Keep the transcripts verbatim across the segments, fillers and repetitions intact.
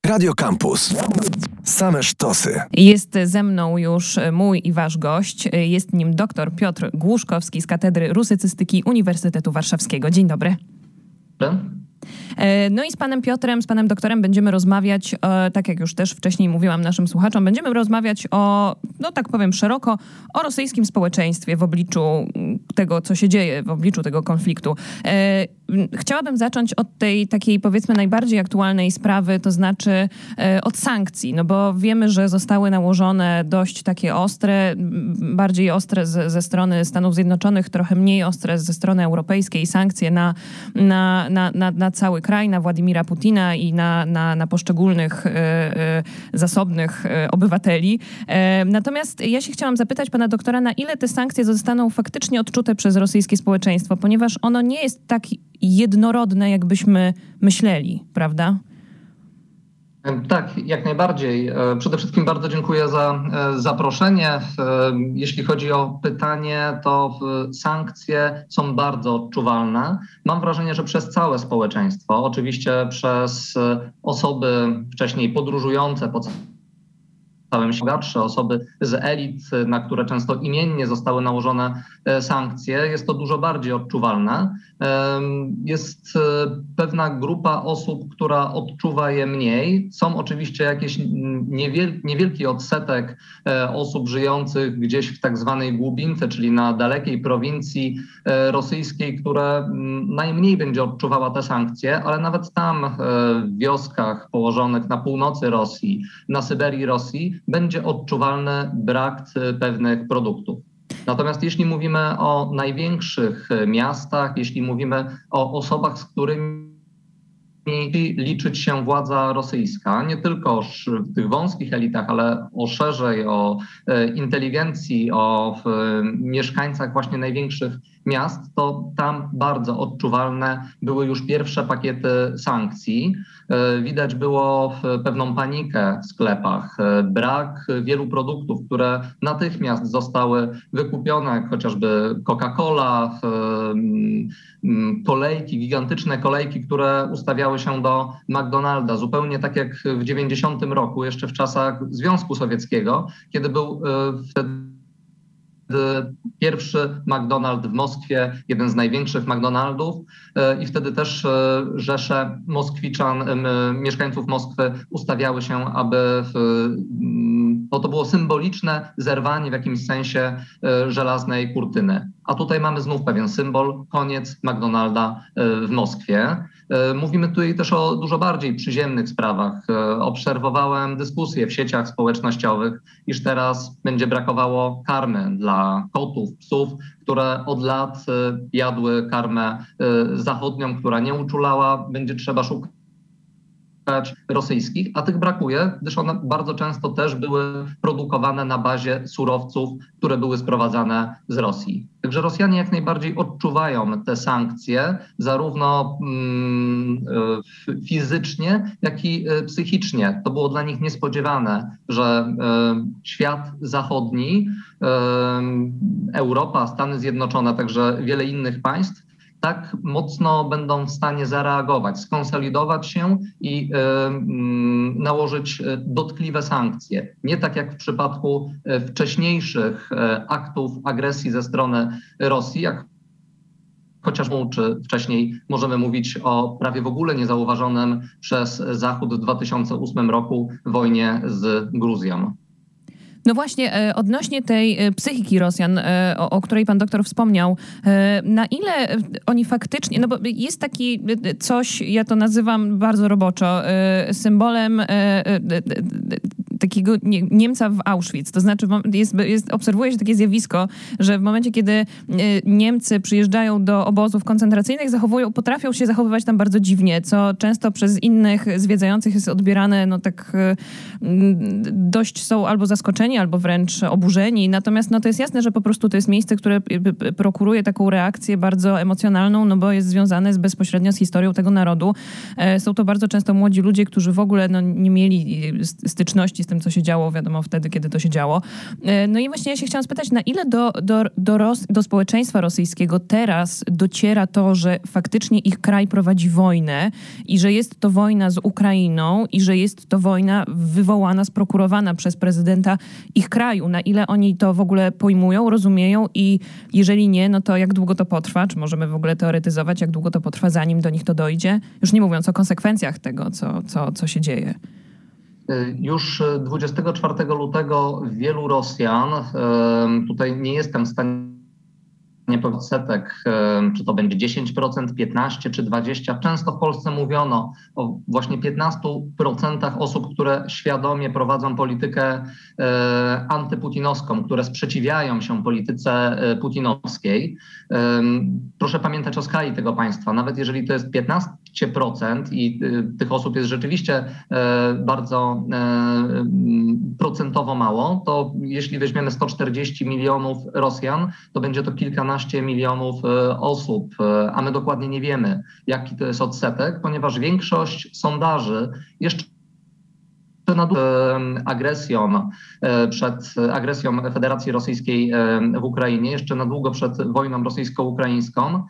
Radio Campus. Same sztosy. Jest ze mną już mój i wasz gość. Jest nim dr Piotr Głuszkowski z Katedry Rusycystyki Uniwersytetu Warszawskiego. Dzień dobry. Dobry. No i z panem Piotrem, z panem doktorem będziemy rozmawiać, e, tak jak już też wcześniej mówiłam naszym słuchaczom, będziemy rozmawiać o, no tak powiem szeroko, o rosyjskim społeczeństwie w obliczu tego, co się dzieje, w obliczu tego konfliktu. E, chciałabym zacząć od tej takiej, powiedzmy, najbardziej aktualnej sprawy, to znaczy e, od sankcji, no bo wiemy, że zostały nałożone dość takie ostre, bardziej ostre z, ze strony Stanów Zjednoczonych, trochę mniej ostre ze strony europejskiej sankcje na, na, na, na, na cały kraj, na Władimira Putina i na, na, na poszczególnych y, y, zasobnych y, obywateli. Y, natomiast ja się chciałam zapytać pana doktora, na ile te sankcje zostaną faktycznie odczute przez rosyjskie społeczeństwo, ponieważ ono nie jest tak jednorodne, jakbyśmy myśleli, prawda? Tak, jak najbardziej. Przede wszystkim bardzo dziękuję za zaproszenie. Jeśli chodzi o pytanie, to sankcje są bardzo odczuwalne. Mam wrażenie, że przez całe społeczeństwo, oczywiście przez osoby wcześniej podróżujące po całym świecie, bogatsze osoby z elit, na które często imiennie zostały nałożone sankcje, jest to dużo bardziej odczuwalne. Jest pewna grupa osób, która odczuwa je mniej. Są oczywiście jakieś niewiel- niewielki odsetek osób żyjących gdzieś w tak zwanej głubince, czyli na dalekiej prowincji rosyjskiej, które najmniej będzie odczuwała te sankcje, ale nawet tam w wioskach położonych na północy Rosji, na Syberii Rosji, będzie odczuwalny brak pewnych produktów. Natomiast jeśli mówimy o największych miastach, jeśli mówimy o osobach, z którymi liczyć się władza rosyjska, nie tylko w tych wąskich elitach, ale o szerzej, o inteligencji, o mieszkańcach właśnie największych miast, to tam bardzo odczuwalne były już pierwsze pakiety sankcji. Widać było pewną panikę w sklepach, brak wielu produktów, które natychmiast zostały wykupione, jak chociażby Coca-Cola, kolejki, gigantyczne kolejki, które ustawiały się do McDonalda, zupełnie tak jak w dziewięćdziesiątym roku, jeszcze w czasach Związku Sowieckiego, kiedy był wtedy pierwszy McDonald's w Moskwie, jeden z największych McDonaldów i wtedy też rzesze Moskwiczan, mieszkańców Moskwy ustawiały się, aby no to było symboliczne zerwanie w jakimś sensie żelaznej kurtyny. A tutaj mamy znów pewien symbol, koniec McDonalda w Moskwie. Mówimy tutaj też o dużo bardziej przyziemnych sprawach. Obserwowałem dyskusje w sieciach społecznościowych, iż teraz będzie brakowało karmy dla kotów, psów, które od lat jadły karmę zachodnią, która nie uczulała. Będzie trzeba szukać rosyjskich, a tych brakuje, gdyż one bardzo często też były produkowane na bazie surowców, które były sprowadzane z Rosji. Także Rosjanie jak najbardziej odczuwają te sankcje, zarówno mm, fizycznie, jak i psychicznie. To było dla nich niespodziewane, że y, świat zachodni, y, Europa, Stany Zjednoczone, także wiele innych państw, tak mocno będą w stanie zareagować, skonsolidować się i y, y, nałożyć dotkliwe sankcje. Nie tak jak w przypadku wcześniejszych y, aktów agresji ze strony Rosji, jak chociażby czy wcześniej możemy mówić o prawie w ogóle niezauważonym przez Zachód w dwa tysiące ósmym roku wojnie z Gruzją. No właśnie, odnośnie tej psychiki Rosjan, o, o której pan doktor wspomniał, na ile oni faktycznie, no bo jest taki coś, ja to nazywam bardzo roboczo, symbolem takiego Niemca w Auschwitz. To znaczy jest, jest, obserwuje się takie zjawisko, że w momencie, kiedy Niemcy przyjeżdżają do obozów koncentracyjnych, zachowują, potrafią się zachowywać tam bardzo dziwnie, co często przez innych zwiedzających jest odbierane, no tak dość są albo zaskoczeni, albo wręcz oburzeni. Natomiast no to jest jasne, że po prostu to jest miejsce, które prokuruje taką reakcję bardzo emocjonalną, no bo jest związane z, bezpośrednio z historią tego narodu. Są to bardzo często młodzi ludzie, którzy w ogóle no, nie mieli styczności z tym, co się działo, wiadomo, wtedy, kiedy to się działo. No i właśnie ja się chciałam spytać, na ile do, do, do, Ros- do społeczeństwa rosyjskiego teraz dociera to, że faktycznie ich kraj prowadzi wojnę i że jest to wojna z Ukrainą i że jest to wojna wywołana, sprokurowana przez prezydenta ich kraju. Na ile oni to w ogóle pojmują, rozumieją i jeżeli nie, no to jak długo to potrwa? Czy możemy w ogóle teoretyzować, jak długo to potrwa, zanim do nich to dojdzie? Już nie mówiąc o konsekwencjach tego, co, co, co się dzieje. Już dwudziestego czwartego lutego wielu Rosjan, tutaj nie jestem w stanie nie powiedzieć setek, czy to będzie dziesięć procent, piętnaście czy dwadzieścia procent. Często w Polsce mówiono o właśnie piętnastu procentach osób, które świadomie prowadzą politykę antyputinowską, które sprzeciwiają się polityce putinowskiej. Proszę pamiętać o skali tego państwa. Nawet jeżeli to jest piętnaście procent i tych osób jest rzeczywiście bardzo procentowo mało, to jeśli weźmiemy sto czterdzieści milionów Rosjan, to będzie to kilkanaście milionów osób, a my dokładnie nie wiemy, jaki to jest odsetek, ponieważ większość sondaży jeszcze nad agresją, przed agresją Federacji Rosyjskiej w Ukrainie, jeszcze na długo przed wojną rosyjsko-ukraińską,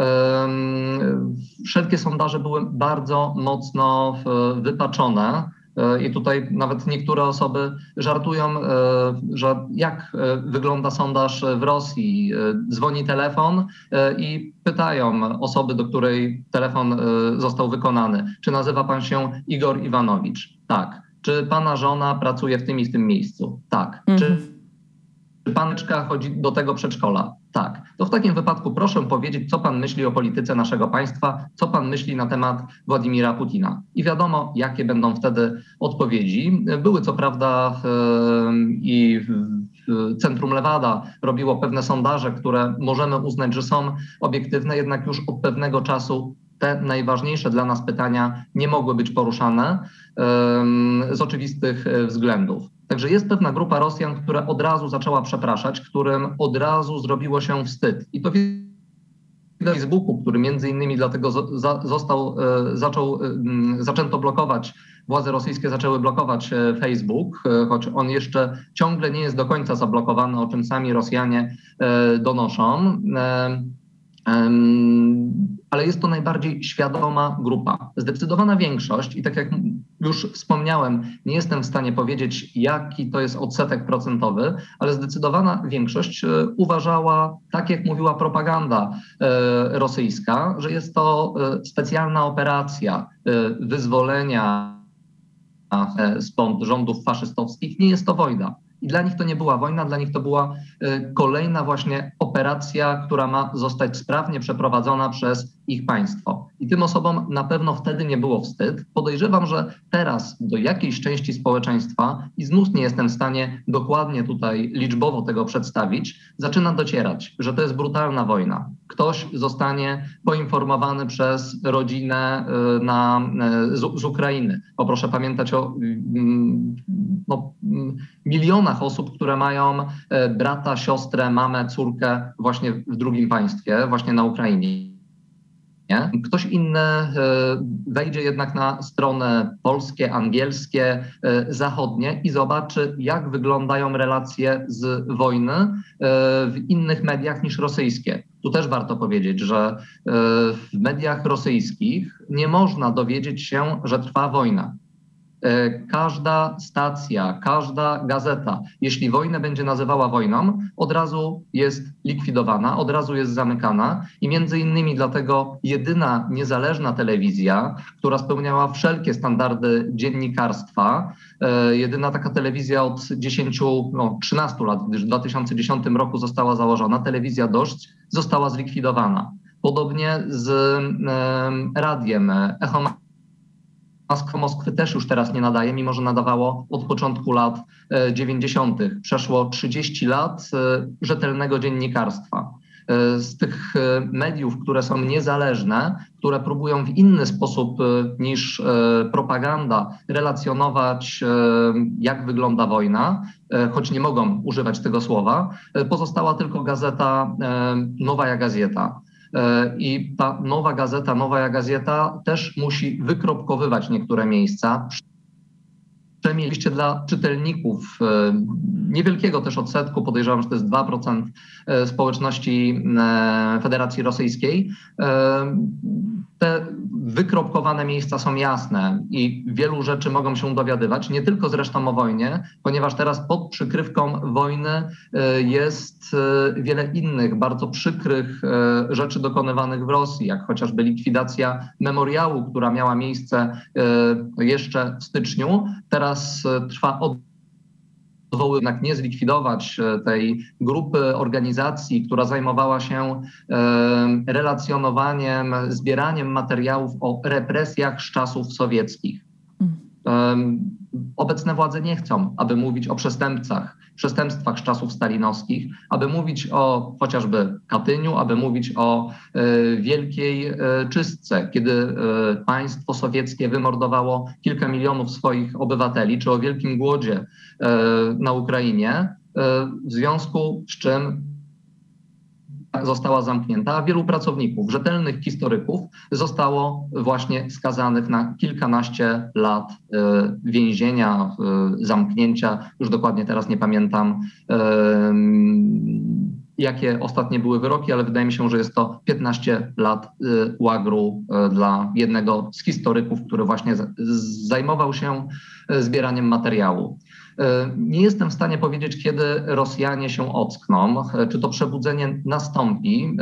wszelkie sondaże były bardzo mocno wypaczone. I tutaj nawet niektóre osoby żartują, że jak wygląda sondaż w Rosji. Dzwoni telefon i pytają osoby, do której telefon został wykonany, czy nazywa pan się Igor Iwanowicz? Tak. Czy pana żona pracuje w tym i w tym miejscu? Tak. Mhm. Czy Czy paneczka chodzi do tego przedszkola? Tak. To w takim wypadku proszę powiedzieć, co pan myśli o polityce naszego państwa, co pan myśli na temat Władimira Putina. I wiadomo, jakie będą wtedy odpowiedzi. Były co prawda i Centrum Lewada robiło pewne sondaże, które możemy uznać, że są obiektywne, jednak już od pewnego czasu te najważniejsze dla nas pytania nie mogły być poruszane z oczywistych względów. Także jest pewna grupa Rosjan, która od razu zaczęła przepraszać, którym od razu zrobiło się wstyd. I to na Facebooku, który między innymi dlatego został, zaczął, zaczęto blokować, władze rosyjskie zaczęły blokować Facebook, choć on jeszcze ciągle nie jest do końca zablokowany, o czym sami Rosjanie donoszą. Ale jest to najbardziej świadoma grupa. Zdecydowana większość, i tak jak już wspomniałem, nie jestem w stanie powiedzieć, jaki to jest odsetek procentowy, ale zdecydowana większość uważała, tak jak mówiła propaganda rosyjska, że jest to specjalna operacja wyzwolenia spod rządów faszystowskich. Nie jest to wojna. I dla nich to nie była wojna, dla nich to była kolejna właśnie operacja, która ma zostać sprawnie przeprowadzona przez ich państwo. I tym osobom na pewno wtedy nie było wstyd. Podejrzewam, że teraz do jakiejś części społeczeństwa, i znów nie jestem w stanie dokładnie tutaj liczbowo tego przedstawić, zaczyna docierać, że to jest brutalna wojna. Ktoś zostanie poinformowany przez rodzinę na, z, z Ukrainy. Bo proszę pamiętać o no, milionach osób, które mają brata, siostrę, mamę, córkę właśnie w drugim państwie, właśnie na Ukrainie. Nie? Ktoś inny wejdzie jednak na strony polskie, angielskie, zachodnie i zobaczy, jak wyglądają relacje z wojny w innych mediach niż rosyjskie. Tu też warto powiedzieć, że w mediach rosyjskich nie można dowiedzieć się, że trwa wojna. Każda stacja, każda gazeta, jeśli wojnę będzie nazywała wojną, od razu jest likwidowana, od razu jest zamykana i między innymi dlatego jedyna niezależna telewizja, która spełniała wszelkie standardy dziennikarstwa, jedyna taka telewizja od dziesięciu, no, trzynastu lat, gdyż w dwa tysiące dziesiątym roku została założona, telewizja Dość, została zlikwidowana. Podobnie z radiem Echo Moskwy, Moskwy też już teraz nie nadaje, mimo że nadawało od początku lat dziewięćdziesiątych. Przeszło trzydzieści lat rzetelnego dziennikarstwa. Z tych mediów, które są niezależne, które próbują w inny sposób niż propaganda relacjonować, jak wygląda wojna, choć nie mogą używać tego słowa, pozostała tylko gazeta Nowaja Gazeta. I ta nowa gazeta, Nowaja Gazeta też musi wykropkowywać niektóre miejsca, Oczywiście dla czytelników niewielkiego też odsetku, podejrzewam, że to jest dwa procent społeczności Federacji Rosyjskiej, te wykropkowane miejsca są jasne i wielu rzeczy mogą się dowiadywać, nie tylko zresztą o wojnie, ponieważ teraz pod przykrywką wojny jest wiele innych bardzo przykrych rzeczy dokonywanych w Rosji, jak chociażby likwidacja memoriału, która miała miejsce jeszcze w styczniu. Teraz trwa od jednak nie zlikwidować tej grupy organizacji, która zajmowała się relacjonowaniem, zbieraniem materiałów o represjach z czasów sowieckich. Obecne władze nie chcą, aby mówić o przestępcach, przestępstwach z czasów stalinowskich, aby mówić o chociażby Katyniu, aby mówić o y, wielkiej y, czystce, kiedy y, państwo sowieckie wymordowało kilka milionów swoich obywateli, czy o wielkim głodzie y, na Ukrainie, y, w związku z czym została zamknięta, a wielu pracowników, rzetelnych historyków zostało właśnie skazanych na kilkanaście lat y, więzienia, y, zamknięcia. Już dokładnie teraz nie pamiętam, y, jakie ostatnie były wyroki, ale wydaje mi się, że jest to piętnaście lat y, łagru y, dla jednego z historyków, który właśnie z, z, zajmował się zbieraniem materiału. Nie jestem w stanie powiedzieć, kiedy Rosjanie się ockną, czy to przebudzenie nastąpi.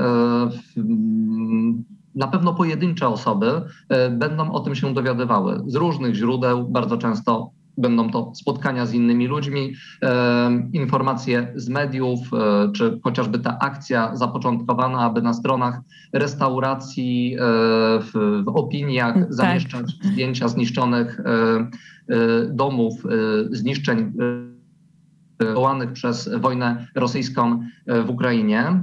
Na pewno pojedyncze osoby będą o tym się dowiadywały z różnych źródeł, bardzo często będą to spotkania z innymi ludźmi, informacje z mediów, czy chociażby ta akcja zapoczątkowana, aby na stronach restauracji, w, w opiniach tak. zamieszczać zdjęcia zniszczonych domów, zniszczeń wywołanych przez wojnę rosyjską w Ukrainie.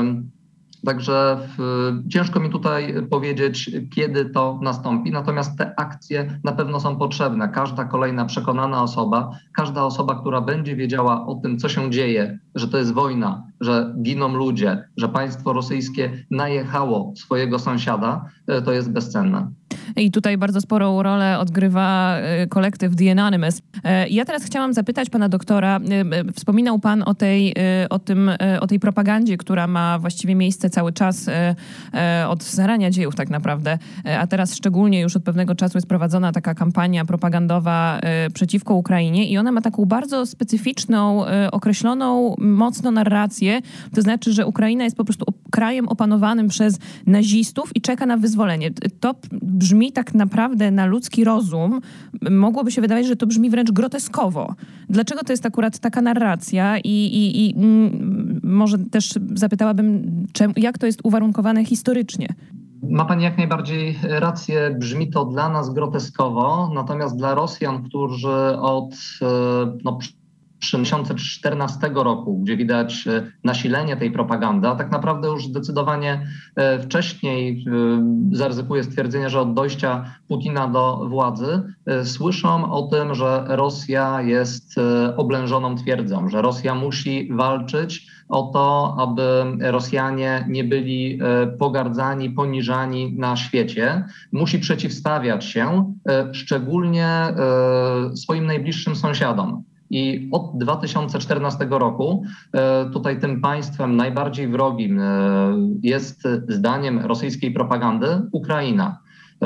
Także w, ciężko mi tutaj powiedzieć, kiedy to nastąpi, natomiast te akcje na pewno są potrzebne. Każda kolejna przekonana osoba, każda osoba, która będzie wiedziała o tym, co się dzieje, że to jest wojna, że giną ludzie, że państwo rosyjskie najechało swojego sąsiada, to jest bezcenne. I tutaj bardzo sporą rolę odgrywa kolektyw The Anonymous. Ja teraz chciałam zapytać pana doktora, wspominał pan o tej, o tym, o tej propagandzie, która ma właściwie miejsce cały czas od zarania dziejów tak naprawdę, a teraz szczególnie już od pewnego czasu jest prowadzona taka kampania propagandowa przeciwko Ukrainie i ona ma taką bardzo specyficzną, określoną mocno narrację, to znaczy, że Ukraina jest po prostu krajem opanowanym przez nazistów i czeka na wyzwolenie. To brzmi tak naprawdę na ludzki rozum, mogłoby się wydawać, że to brzmi wręcz groteskowo. Dlaczego to jest akurat taka narracja i, i, i mm, może też zapytałabym, czemu, jak to jest uwarunkowane historycznie? Ma pani jak najbardziej rację, brzmi to dla nas groteskowo, natomiast dla Rosjan, którzy od no, dwa tysiące czternastego roku, gdzie widać nasilenie tej propagandy, a tak naprawdę już zdecydowanie wcześniej, zaryzykuję stwierdzenie, że od dojścia Putina do władzy, słyszą o tym, że Rosja jest oblężoną twierdzą, że Rosja musi walczyć o to, aby Rosjanie nie byli pogardzani, poniżani na świecie. Musi przeciwstawiać się szczególnie swoim najbliższym sąsiadom. I od dwa tysiące czternastego roku tutaj tym państwem najbardziej wrogim jest, zdaniem rosyjskiej propagandy, Ukraina.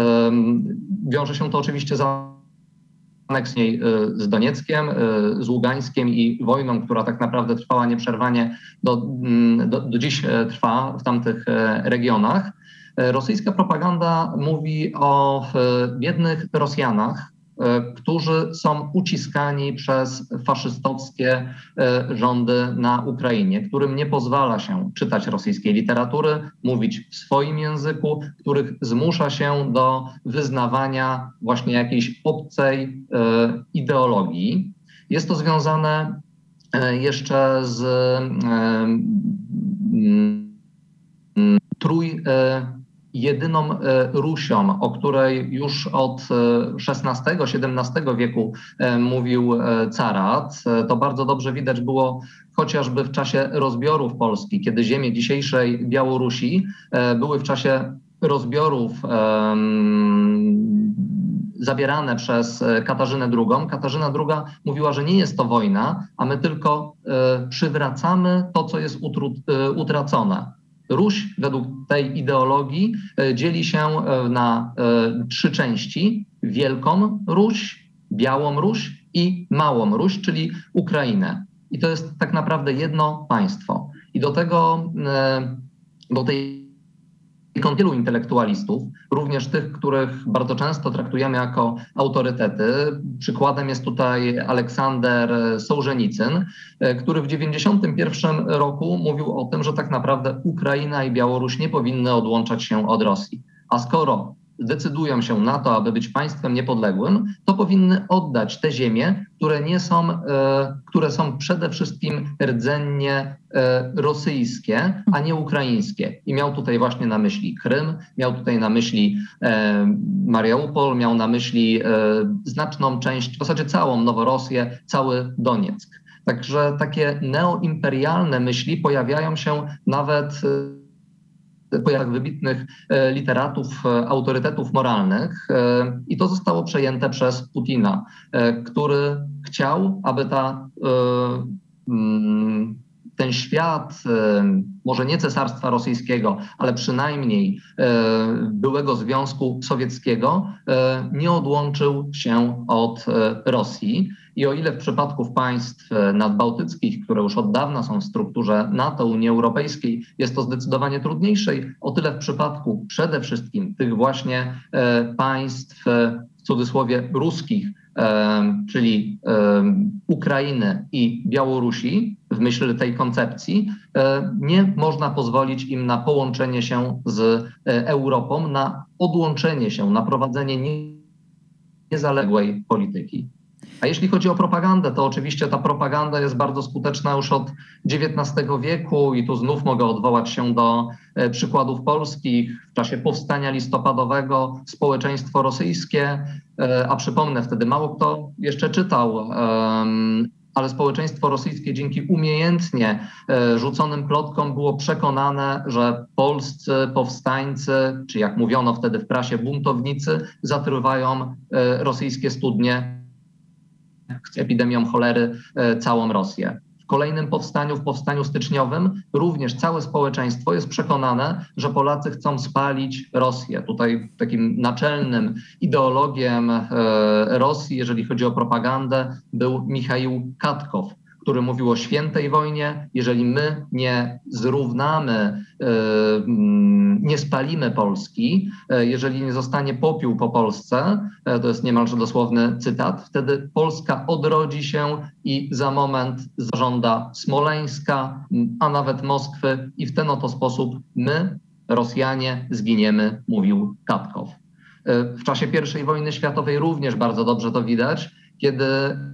Wiąże się to oczywiście z aneksją z Donieckiem, z Ługańskiem i wojną, która tak naprawdę trwała nieprzerwanie, do, do, do dziś trwa w tamtych regionach. Rosyjska propaganda mówi o biednych Rosjanach, którzy są uciskani przez faszystowskie rządy na Ukrainie, którym nie pozwala się czytać rosyjskiej literatury, mówić w swoim języku, których zmusza się do wyznawania właśnie jakiejś obcej ideologii. Jest to związane jeszcze z trój jedyną Rusią, o której już od szesnastego siedemnastego wieku mówił carat. To bardzo dobrze widać było chociażby w czasie rozbiorów Polski, kiedy ziemie dzisiejszej Białorusi były w czasie rozbiorów zawierane przez Katarzynę drugą. Katarzyna druga mówiła, że nie jest to wojna, a my tylko przywracamy to, co jest utracone. Ruś według tej ideologii dzieli się na trzy części. Wielką Ruś, Białą Ruś i Małą Ruś, czyli Ukrainę. I to jest tak naprawdę jedno państwo. I do tego, do tej wielu intelektualistów, również tych, których bardzo często traktujemy jako autorytety. Przykładem jest tutaj Aleksander Sołżenicyn, który w dziewięćdziesiątym pierwszym roku mówił o tym, że tak naprawdę Ukraina i Białoruś nie powinny odłączać się od Rosji. A skoro decydują się na to, aby być państwem niepodległym, to powinny oddać te ziemie, które nie są, e, które są przede wszystkim rdzennie e, rosyjskie, a nie ukraińskie. I miał tutaj właśnie na myśli Krym, miał tutaj na myśli e, Mariupol, miał na myśli e, znaczną część, w zasadzie całą Noworosję, cały Donieck. Także takie neoimperialne myśli pojawiają się nawet e, pojawach wybitnych literatów, autorytetów moralnych i to zostało przejęte przez Putina, który chciał, aby ta, ten świat, może nie Cesarstwa Rosyjskiego, ale przynajmniej byłego Związku Sowieckiego nie odłączył się od Rosji. I o ile w przypadku państw nadbałtyckich, które już od dawna są w strukturze NATO, Unii Europejskiej, jest to zdecydowanie trudniejsze, o tyle w przypadku przede wszystkim tych właśnie państw, w cudzysłowie, ruskich, czyli Ukrainy i Białorusi, w myśl tej koncepcji, nie można pozwolić im na połączenie się z Europą, na odłączenie się, na prowadzenie niezależnej polityki. A jeśli chodzi o propagandę, to oczywiście ta propaganda jest bardzo skuteczna już od dziewiętnastego wieku i tu znów mogę odwołać się do przykładów polskich. W czasie powstania listopadowego społeczeństwo rosyjskie, a przypomnę, wtedy mało kto jeszcze czytał, ale społeczeństwo rosyjskie dzięki umiejętnie rzuconym plotkom było przekonane, że polscy powstańcy, czy jak mówiono wtedy w prasie, buntownicy, zatruwają rosyjskie studnie epidemią cholery całą Rosję. W kolejnym powstaniu, w powstaniu styczniowym, również całe społeczeństwo jest przekonane, że Polacy chcą spalić Rosję. Tutaj takim naczelnym ideologiem Rosji, jeżeli chodzi o propagandę, był Michaił Katkow, który mówił o świętej wojnie. Jeżeli my nie zrównamy, nie spalimy Polski, jeżeli nie zostanie popiół po Polsce, to jest niemalże dosłowny cytat, wtedy Polska odrodzi się i za moment zażąda Smoleńska, a nawet Moskwy i w ten oto sposób my, Rosjanie, zginiemy, mówił Katkow. W czasie pierwszej wojny światowej również bardzo dobrze to widać, kiedy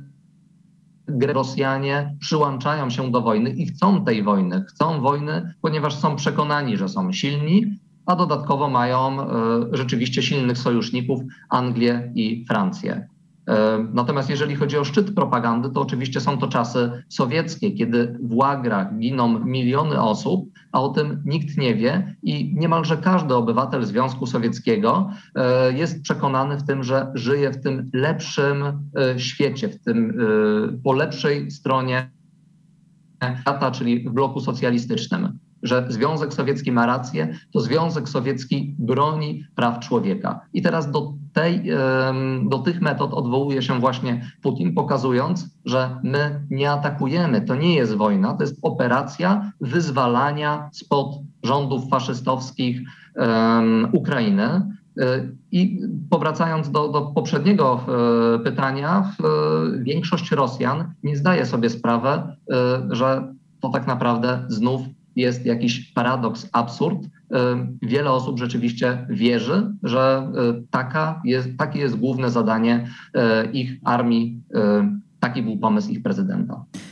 Rosjanie przyłączają się do wojny i chcą tej wojny. Chcą wojny, ponieważ są przekonani, że są silni, a dodatkowo mają e, rzeczywiście silnych sojuszników, Anglię i Francję. E, natomiast jeżeli chodzi o szczyt propagandy, to oczywiście są to czasy sowieckie, kiedy w łagrach giną miliony osób, a o tym nikt nie wie i niemalże każdy obywatel Związku Sowieckiego e, jest przekonany w tym, że żyje w tym lepszym e, świecie, w tym e, po lepszej stronie świata, czyli w bloku socjalistycznym. Że Związek Sowiecki ma rację, to Związek Sowiecki broni praw człowieka. I teraz do, tej, do tych metod odwołuje się właśnie Putin, pokazując, że my nie atakujemy, to nie jest wojna, to jest operacja wyzwalania spod rządów faszystowskich um, Ukrainy. I powracając do, do poprzedniego pytania, większość Rosjan nie zdaje sobie sprawy, że to tak naprawdę znów jest jakiś paradoks, absurd. Wiele osób rzeczywiście wierzy, że taka jest, takie jest główne zadanie ich armii, taki był pomysł ich prezydenta.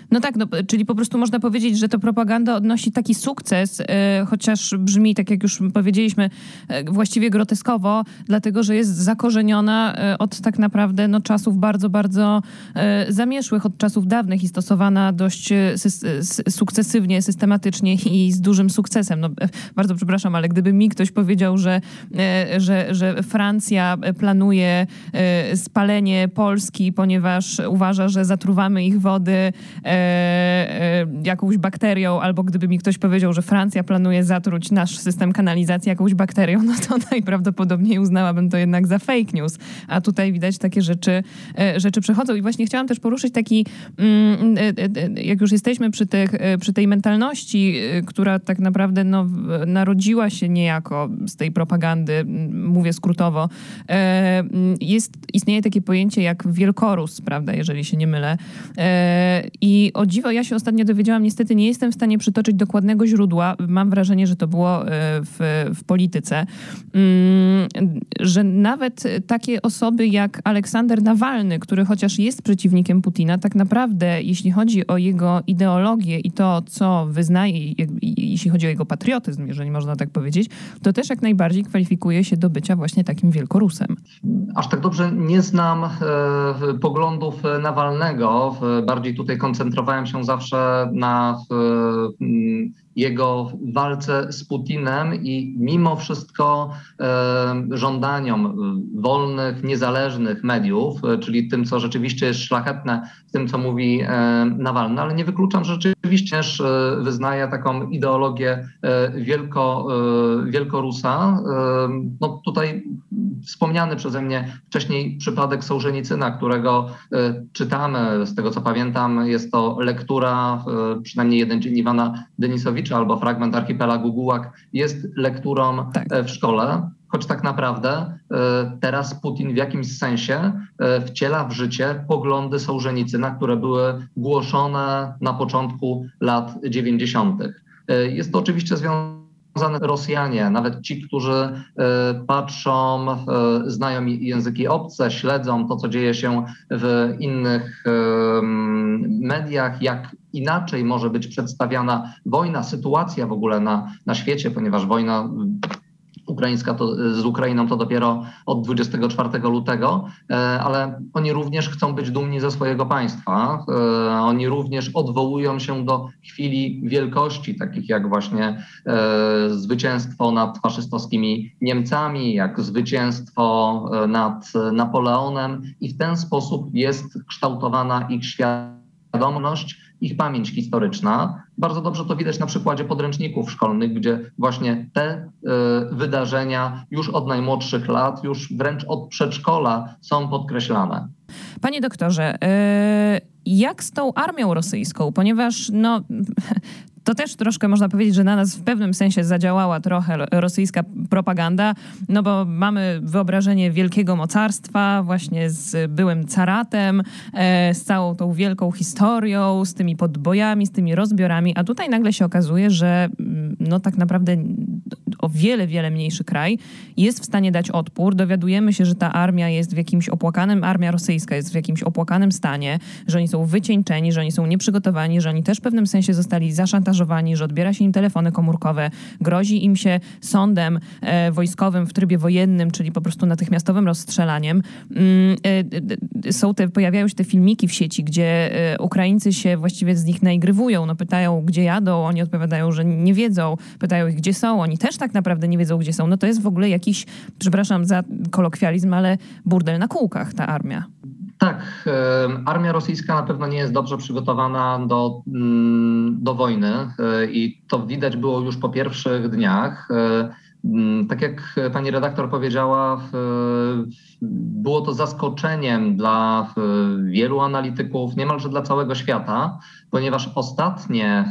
No tak, no, czyli po prostu można powiedzieć, że to propaganda odnosi taki sukces, e, chociaż brzmi, tak jak już powiedzieliśmy, e, właściwie groteskowo, dlatego, że jest zakorzeniona e, od tak naprawdę no, czasów bardzo, bardzo e, zamieszłych, od czasów dawnych i stosowana dość e, sy- sukcesywnie, systematycznie i z dużym sukcesem. No, e, bardzo przepraszam, ale gdyby mi ktoś powiedział, że, e, że, że Francja planuje e, spalenie Polski, ponieważ uważa, że zatruwamy ich wody e, e, jakąś bakterią, albo gdyby mi ktoś powiedział, że Francja planuje zatruć nasz system kanalizacji jakąś bakterią, no to najprawdopodobniej uznałabym to jednak za fake news. A tutaj widać takie rzeczy, e, rzeczy przechodzą. I właśnie chciałam też poruszyć taki, mm, e, e, jak już jesteśmy przy, tych, e, przy tej mentalności, e, która tak naprawdę no, narodziła się niejako z tej propagandy, m, mówię skrótowo, e, jest, istnieje takie pojęcie jak wielkorus, prawda, jeżeli się nie mylę. E, I o dziwo, ja się ostatnio dowiedziałam, niestety nie jestem w stanie przytoczyć dokładnego źródła, mam wrażenie, że to było w, w polityce, że nawet takie osoby jak Aleksander Nawalny, który chociaż jest przeciwnikiem Putina, tak naprawdę, jeśli chodzi o jego ideologię i to, co wyznaje, jeśli chodzi o jego patriotyzm, jeżeli można tak powiedzieć, to też jak najbardziej kwalifikuje się do bycia właśnie takim wielkorusem. Aż tak dobrze nie znam e, poglądów Nawalnego. Bardziej tutaj koncentrowałem się zawsze na e, jego walce z Putinem i mimo wszystko e, żądaniom wolnych, niezależnych mediów, e, czyli tym, co rzeczywiście jest szlachetne, tym, co mówi e, Nawalny, ale nie wykluczam, że rzeczywiście też e, wyznaje taką ideologię e, wielko, e, wielkorusa. E, no tutaj wspomniany przeze mnie wcześniej przypadek Sołżenicyna, którego e, czytamy, z tego co pamiętam, jest to lektura, e, przynajmniej jeden dzień Iwana Denisowicza, albo fragment Archipelagu Gułag jest lekturą tak. w szkole, choć tak naprawdę teraz Putin w jakimś sensie wciela w życie poglądy Sołżenicyna, które były głoszone na początku lat dziewięćdziesiątych. Jest to oczywiście związane Rosjanie, nawet ci, którzy patrzą, znają języki obce, śledzą to, co dzieje się w innych mediach, jak inaczej może być przedstawiana wojna, sytuacja w ogóle na, na świecie, ponieważ wojna ukraińska to, z Ukrainą to dopiero od dwudziestego czwartego lutego, ale oni również chcą być dumni ze swojego państwa. Oni również odwołują się do chwili wielkości, takich jak właśnie zwycięstwo nad faszystowskimi Niemcami, jak zwycięstwo nad Napoleonem i w ten sposób jest kształtowana ich świadomość, ich pamięć historyczna. Bardzo dobrze to widać na przykładzie podręczników szkolnych, gdzie właśnie te y, wydarzenia już od najmłodszych lat, już wręcz od przedszkola są podkreślane. Panie doktorze, y, jak z tą armią rosyjską? Ponieważ no... To też troszkę można powiedzieć, że na nas w pewnym sensie zadziałała trochę rosyjska propaganda, no bo mamy wyobrażenie wielkiego mocarstwa właśnie z byłym caratem, e, z całą tą wielką historią, z tymi podbojami, z tymi rozbiorami, a tutaj nagle się okazuje, że no tak naprawdę o wiele, wiele mniejszy kraj jest w stanie dać odpór. Dowiadujemy się, że ta armia jest w jakimś opłakanym, armia rosyjska jest w jakimś opłakanym stanie, że oni są wycieńczeni, że oni są nieprzygotowani, że oni też w pewnym sensie zostali zaszantażowani, że odbiera się im telefony komórkowe, grozi im się sądem e, wojskowym w trybie wojennym, czyli po prostu natychmiastowym rozstrzelaniem. Mm, e, e, są te, pojawiają się te filmiki w sieci, gdzie e, Ukraińcy się właściwie z nich naigrywują, no pytają, gdzie jadą, oni odpowiadają, że nie wiedzą, pytają ich, gdzie są, oni też tak naprawdę nie wiedzą, gdzie są. No to jest w ogóle jakiś, przepraszam za kolokwializm, ale burdel na kółkach, ta armia. Tak, armia rosyjska na pewno nie jest dobrze przygotowana do, do wojny i to widać było już po pierwszych dniach. Tak jak pani redaktor powiedziała, było to zaskoczeniem dla wielu analityków, niemalże dla całego świata, ponieważ ostatnie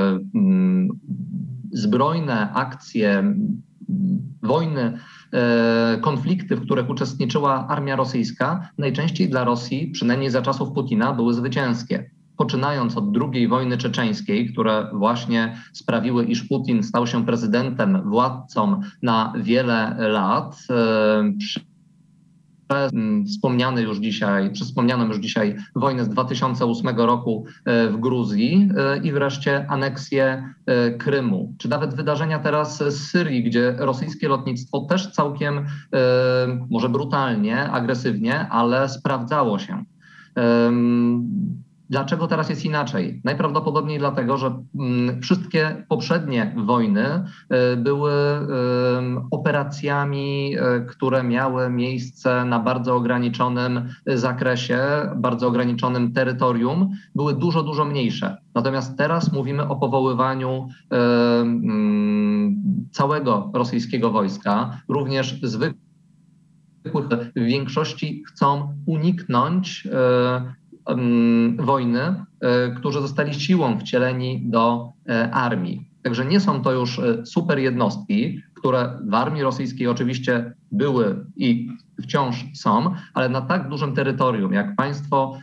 zbrojne akcje wojny, konflikty, w których uczestniczyła armia rosyjska, najczęściej dla Rosji, przynajmniej za czasów Putina, były zwycięskie. Poczynając od drugiej wojny czeczeńskiej, które właśnie sprawiły, iż Putin stał się prezydentem, władcą na wiele lat, Wspomniany już dzisiaj, przez wspomnianą już dzisiaj wojnę z dwa tysiące ósmego roku w Gruzji i wreszcie aneksję Krymu, czy nawet wydarzenia teraz z Syrii, gdzie rosyjskie lotnictwo też całkiem, może brutalnie, agresywnie, ale sprawdzało się. Dlaczego teraz jest inaczej? Najprawdopodobniej dlatego, że wszystkie poprzednie wojny były operacjami, które miały miejsce na bardzo ograniczonym zakresie, bardzo ograniczonym terytorium, były dużo, dużo mniejsze. Natomiast teraz mówimy o powoływaniu całego rosyjskiego wojska, również zwykłych w większości chcą uniknąć wojny, którzy zostali siłą wcieleni do armii. Także nie są to już super jednostki, które w armii rosyjskiej oczywiście były i wciąż są, ale na tak dużym terytorium jak państwo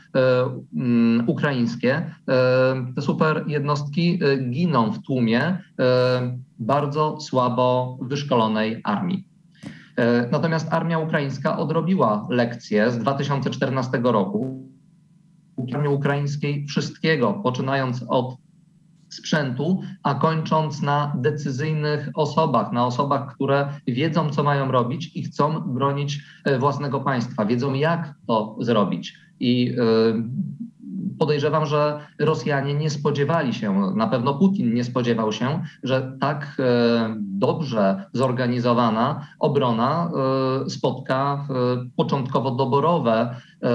ukraińskie, te super jednostki giną w tłumie bardzo słabo wyszkolonej armii. Natomiast armia ukraińska odrobiła lekcję z dwa tysiące czternastego roku. Armii ukraińskiej wszystkiego, poczynając od sprzętu, a kończąc na decyzyjnych osobach, na osobach, które wiedzą, co mają robić i chcą bronić własnego państwa, wiedzą, jak to zrobić. I podejrzewam, że Rosjanie nie spodziewali się, na pewno Putin nie spodziewał się, że tak dobrze zorganizowana obrona spotka początkowo doborowe,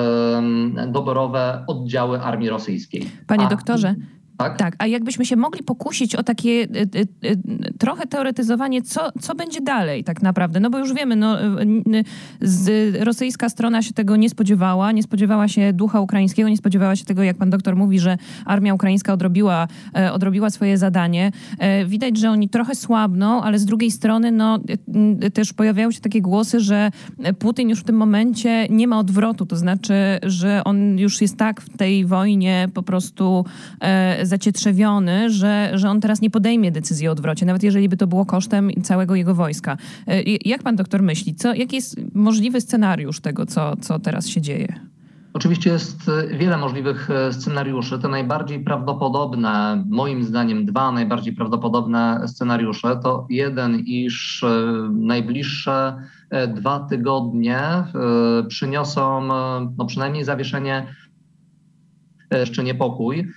doborowe oddziały armii rosyjskiej. Panie a, doktorze, Tak? Tak, a jakbyśmy się mogli pokusić o takie y, y, y, trochę teoretyzowanie, co, co będzie dalej tak naprawdę, no bo już wiemy, no, y, z, rosyjska strona się tego nie spodziewała, nie spodziewała się ducha ukraińskiego, nie spodziewała się tego, jak pan doktor mówi, że armia ukraińska odrobiła, y, odrobiła swoje zadanie. Y, widać, że oni trochę słabną, ale z drugiej strony no, y, y, też pojawiają się takie głosy, że Putin już w tym momencie nie ma odwrotu, to znaczy, że on już jest tak w tej wojnie po prostu y, zacietrzewiony, że, że on teraz nie podejmie decyzji o odwrocie, nawet jeżeli by to było kosztem całego jego wojska. Jak pan doktor myśli, co, jaki jest możliwy scenariusz tego, co, co teraz się dzieje? Oczywiście jest wiele możliwych scenariuszy. Te najbardziej prawdopodobne, moim zdaniem dwa najbardziej prawdopodobne scenariusze to jeden, iż najbliższe dwa tygodnie przyniosą no przynajmniej zawieszenie jeszcze niepokój,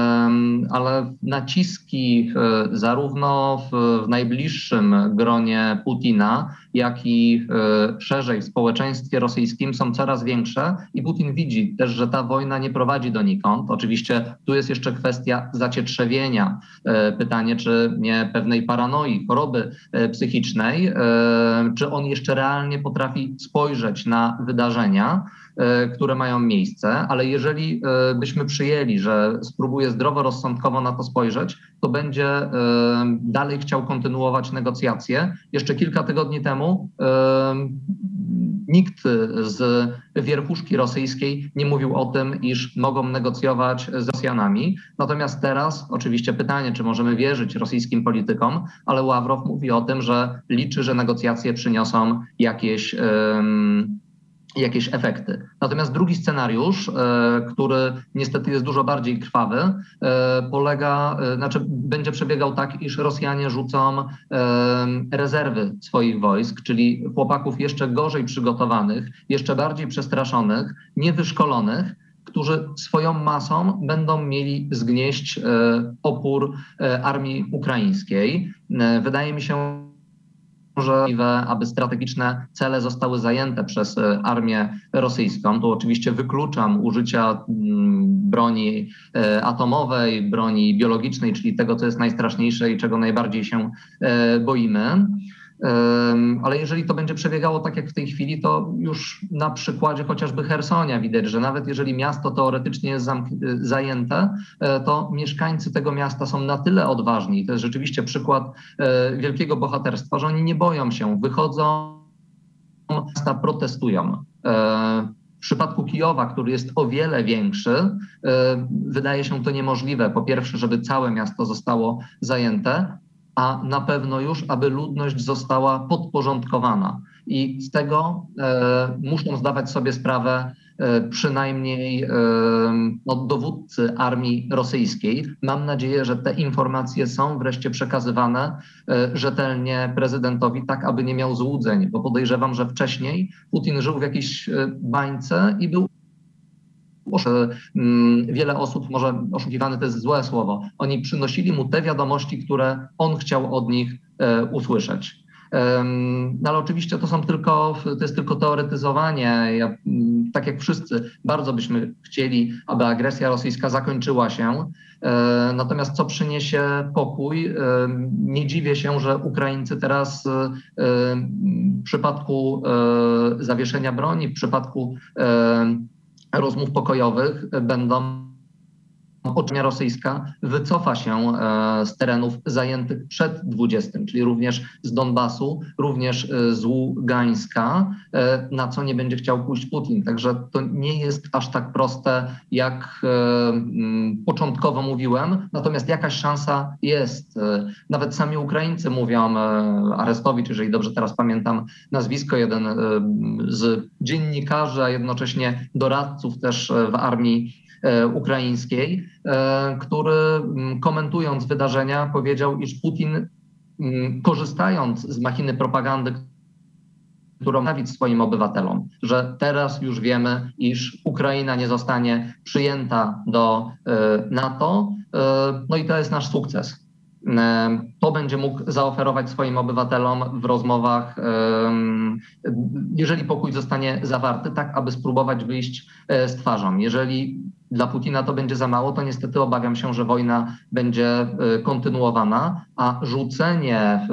ale naciski zarówno w najbliższym gronie Putina, jak i szerzej w społeczeństwie rosyjskim są coraz większe i Putin widzi też, że ta wojna nie prowadzi donikąd. Oczywiście tu jest jeszcze kwestia zacietrzewienia. Pytanie, czy nie pewnej paranoi, choroby psychicznej, czy on jeszcze realnie potrafi spojrzeć na wydarzenia, które mają miejsce, ale jeżeli byśmy przyjęli, że spróbuje zdroworozsądkowo na to spojrzeć, to będzie dalej chciał kontynuować negocjacje. Jeszcze kilka tygodni temu nikt z wierchuszki rosyjskiej nie mówił o tym, iż mogą negocjować z Rosjanami. Natomiast teraz oczywiście pytanie, czy możemy wierzyć rosyjskim politykom, ale Ławrow mówi o tym, że liczy, że negocjacje przyniosą jakieś um, jakieś efekty. Natomiast drugi scenariusz, który niestety jest dużo bardziej krwawy, polega, znaczy będzie przebiegał tak, iż Rosjanie rzucą rezerwy swoich wojsk, czyli chłopaków jeszcze gorzej przygotowanych, jeszcze bardziej przestraszonych, niewyszkolonych, którzy swoją masą będą mieli zgnieść opór armii ukraińskiej. Wydaje mi się, że aby strategiczne cele zostały zajęte przez armię rosyjską, to oczywiście wykluczam użycia broni atomowej, broni biologicznej, czyli tego, co jest najstraszniejsze i czego najbardziej się boimy. Ale jeżeli to będzie przebiegało tak jak w tej chwili, to już na przykładzie chociażby Chersonia widać, że nawet jeżeli miasto teoretycznie jest zajęte, to mieszkańcy tego miasta są na tyle odważni, to jest rzeczywiście przykład wielkiego bohaterstwa, że oni nie boją się, wychodzą, miasta protestują. W przypadku Kijowa, który jest o wiele większy, wydaje się to niemożliwe. Po pierwsze, żeby całe miasto zostało zajęte, a na pewno już, aby ludność została podporządkowana. I z tego muszą zdawać sobie sprawę przynajmniej no, dowódcy armii rosyjskiej. Mam nadzieję, że te informacje są wreszcie przekazywane rzetelnie prezydentowi, tak aby nie miał złudzeń, bo podejrzewam, że wcześniej Putin żył w jakiejś bańce i był wiele osób, może oszukiwane to jest złe słowo, oni przynosili mu te wiadomości, które on chciał od nich usłyszeć. No ale oczywiście to są tylko, to jest tylko teoretyzowanie. Ja, tak jak wszyscy, bardzo byśmy chcieli, aby agresja rosyjska zakończyła się. Natomiast co przyniesie pokój? Nie dziwię się, że Ukraińcy teraz w przypadku zawieszenia broni, w przypadku rozmów pokojowych będą armia rosyjska wycofa się z terenów zajętych przed dwudziestym, czyli również z Donbasu, również z Ługańska, na co nie będzie chciał pójść Putin. Także to nie jest aż tak proste, jak początkowo mówiłem, natomiast jakaś szansa jest. Nawet sami Ukraińcy mówią, Arestowicz, jeżeli dobrze teraz pamiętam nazwisko, jeden z dziennikarzy, a jednocześnie doradców też w armii ukraińskiej, który komentując wydarzenia powiedział, iż Putin, korzystając z machiny propagandy, którą nawić swoim obywatelom, że teraz już wiemy, iż Ukraina nie zostanie przyjęta do NATO, no i to jest nasz sukces. To będzie mógł zaoferować swoim obywatelom w rozmowach, jeżeli pokój zostanie zawarty, tak aby spróbować wyjść z twarzą. Jeżeli dla Putina to będzie za mało, to niestety obawiam się, że wojna będzie kontynuowana, a rzucenie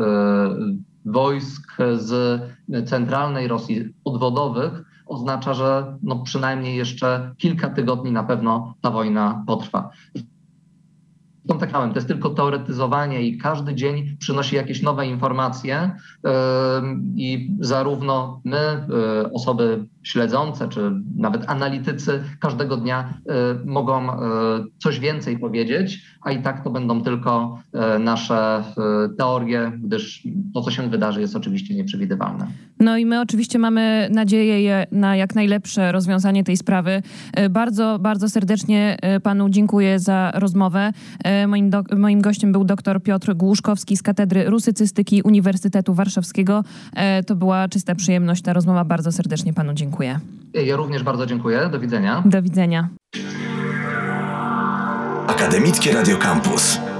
wojsk z centralnej Rosji odwodowych oznacza, że no przynajmniej jeszcze kilka tygodni na pewno ta wojna potrwa. Tak to jest tylko teoretyzowanie i każdy dzień przynosi jakieś nowe informacje i zarówno my, osoby śledzące, czy nawet analitycy każdego dnia mogą coś więcej powiedzieć, a i tak to będą tylko nasze teorie, gdyż to, co się wydarzy, jest oczywiście nieprzewidywalne. No i my oczywiście mamy nadzieję na jak najlepsze rozwiązanie tej sprawy. Bardzo, bardzo serdecznie panu dziękuję za rozmowę. Moim, do, moim gościem był dr Piotr Głuszkowski z Katedry Rusycystyki Uniwersytetu Warszawskiego. To była czysta przyjemność ta rozmowa. Bardzo serdecznie panu dziękuję. Ja również bardzo dziękuję. Do widzenia. Do widzenia. Akademickie Radio Campus.